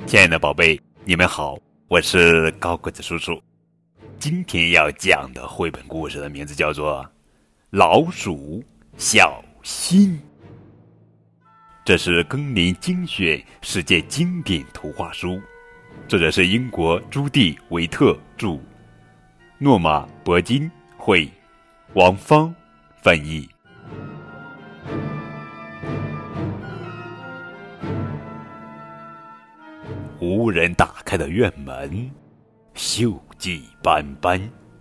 亲爱的宝贝，你们好，我是高个子叔叔。今天要讲的绘本故事的名字叫做《老鼠小心》，这是更林精选世界经典图画书，作者是英国朱蒂·维特著，诺玛·伯金绘，王芳翻译。无人打开的院门，锈迹斑斑。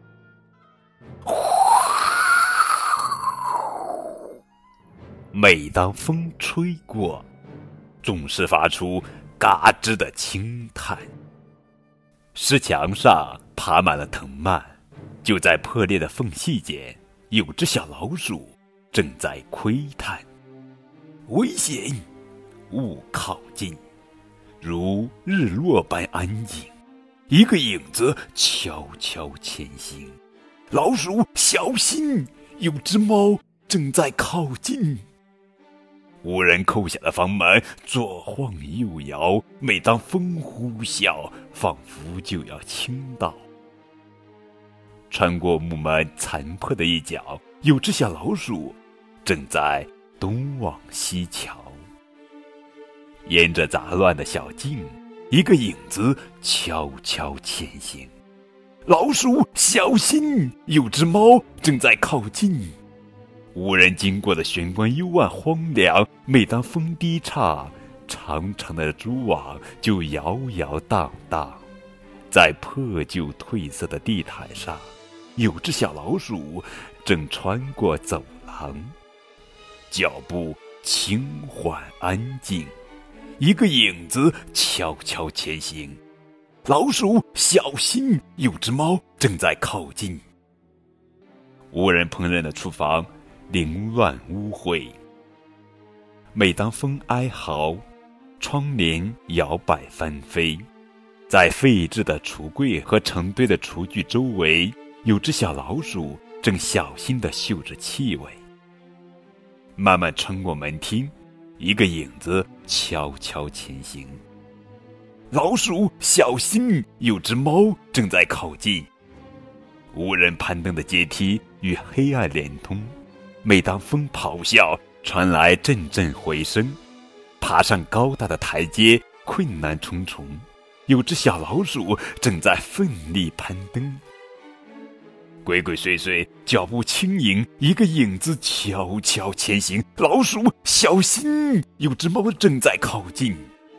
每当风吹过，总是发出嘎吱的轻叹。石墙上爬满了藤蔓，就在破裂的缝隙间，有只小老鼠正在窥探。危险，勿靠近。如日落般安静，一个影子悄悄前行。老鼠小心，有只猫正在靠近。无人扣下的房门左晃右摇，每当风呼啸，仿佛就要倾倒。穿过木门残破的一角，有只小老鼠正在东望西瞧。沿着杂乱的小径，一个影子悄悄前行。老鼠小心，有只猫正在靠近。无人经过的玄关幽暗荒凉，每当风低唱，长长的蛛网就摇摇荡荡。在破旧褪色的地毯上，有只小老鼠正穿过走廊，脚步轻缓安静，一个影子悄悄前行。老鼠小心，有只猫正在靠近。无人烹饪的厨房凌乱污秽，每当风哀嚎，窗帘摇摆翻飞。在废置的橱柜和成堆的厨具周围，有只小老鼠正小心地嗅着气味。慢慢穿过门厅，一个影子悄悄前行。老鼠小心，有只猫正在靠近。无人攀登的阶梯与黑暗连通，每当风咆哮，传来阵阵回声。爬上高大的台阶困难重重，有只小老鼠正在奋力攀登。鬼鬼祟祟，脚步轻盈，一个影子悄悄前行。老鼠小心，有只猫正在靠近。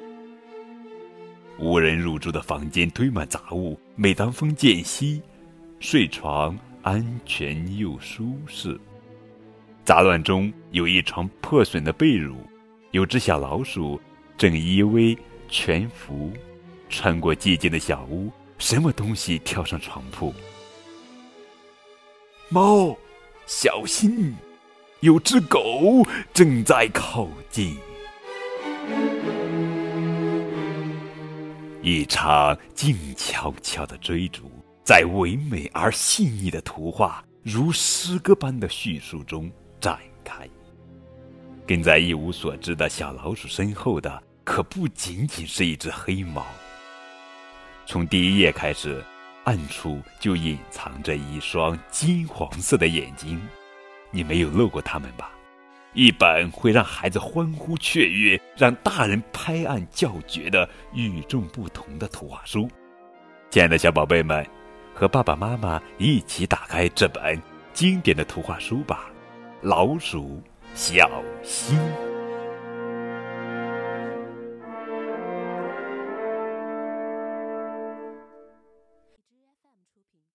无人入住的房间堆满杂物，每当风渐息，睡床安全又舒适。杂乱中有一床破损的被褥，有只小老鼠正依偎蜷伏。穿过寂静的小屋，什么东西跳上床铺。猫小心，有只狗正在靠近。一场静悄悄的追逐，在唯美而细腻的图画如诗歌般的叙述中展开。跟在一无所知的小老鼠身后的可不仅仅是一只黑猫。从第一页开始，暗处就隐藏着一双金黄色的眼睛，你没有漏过它们吧？一本会让孩子欢呼雀跃，让大人拍案叫绝的与众不同的图画书。亲爱的小宝贝们，和爸爸妈妈一起打开这本经典的图画书吧。老鼠小心。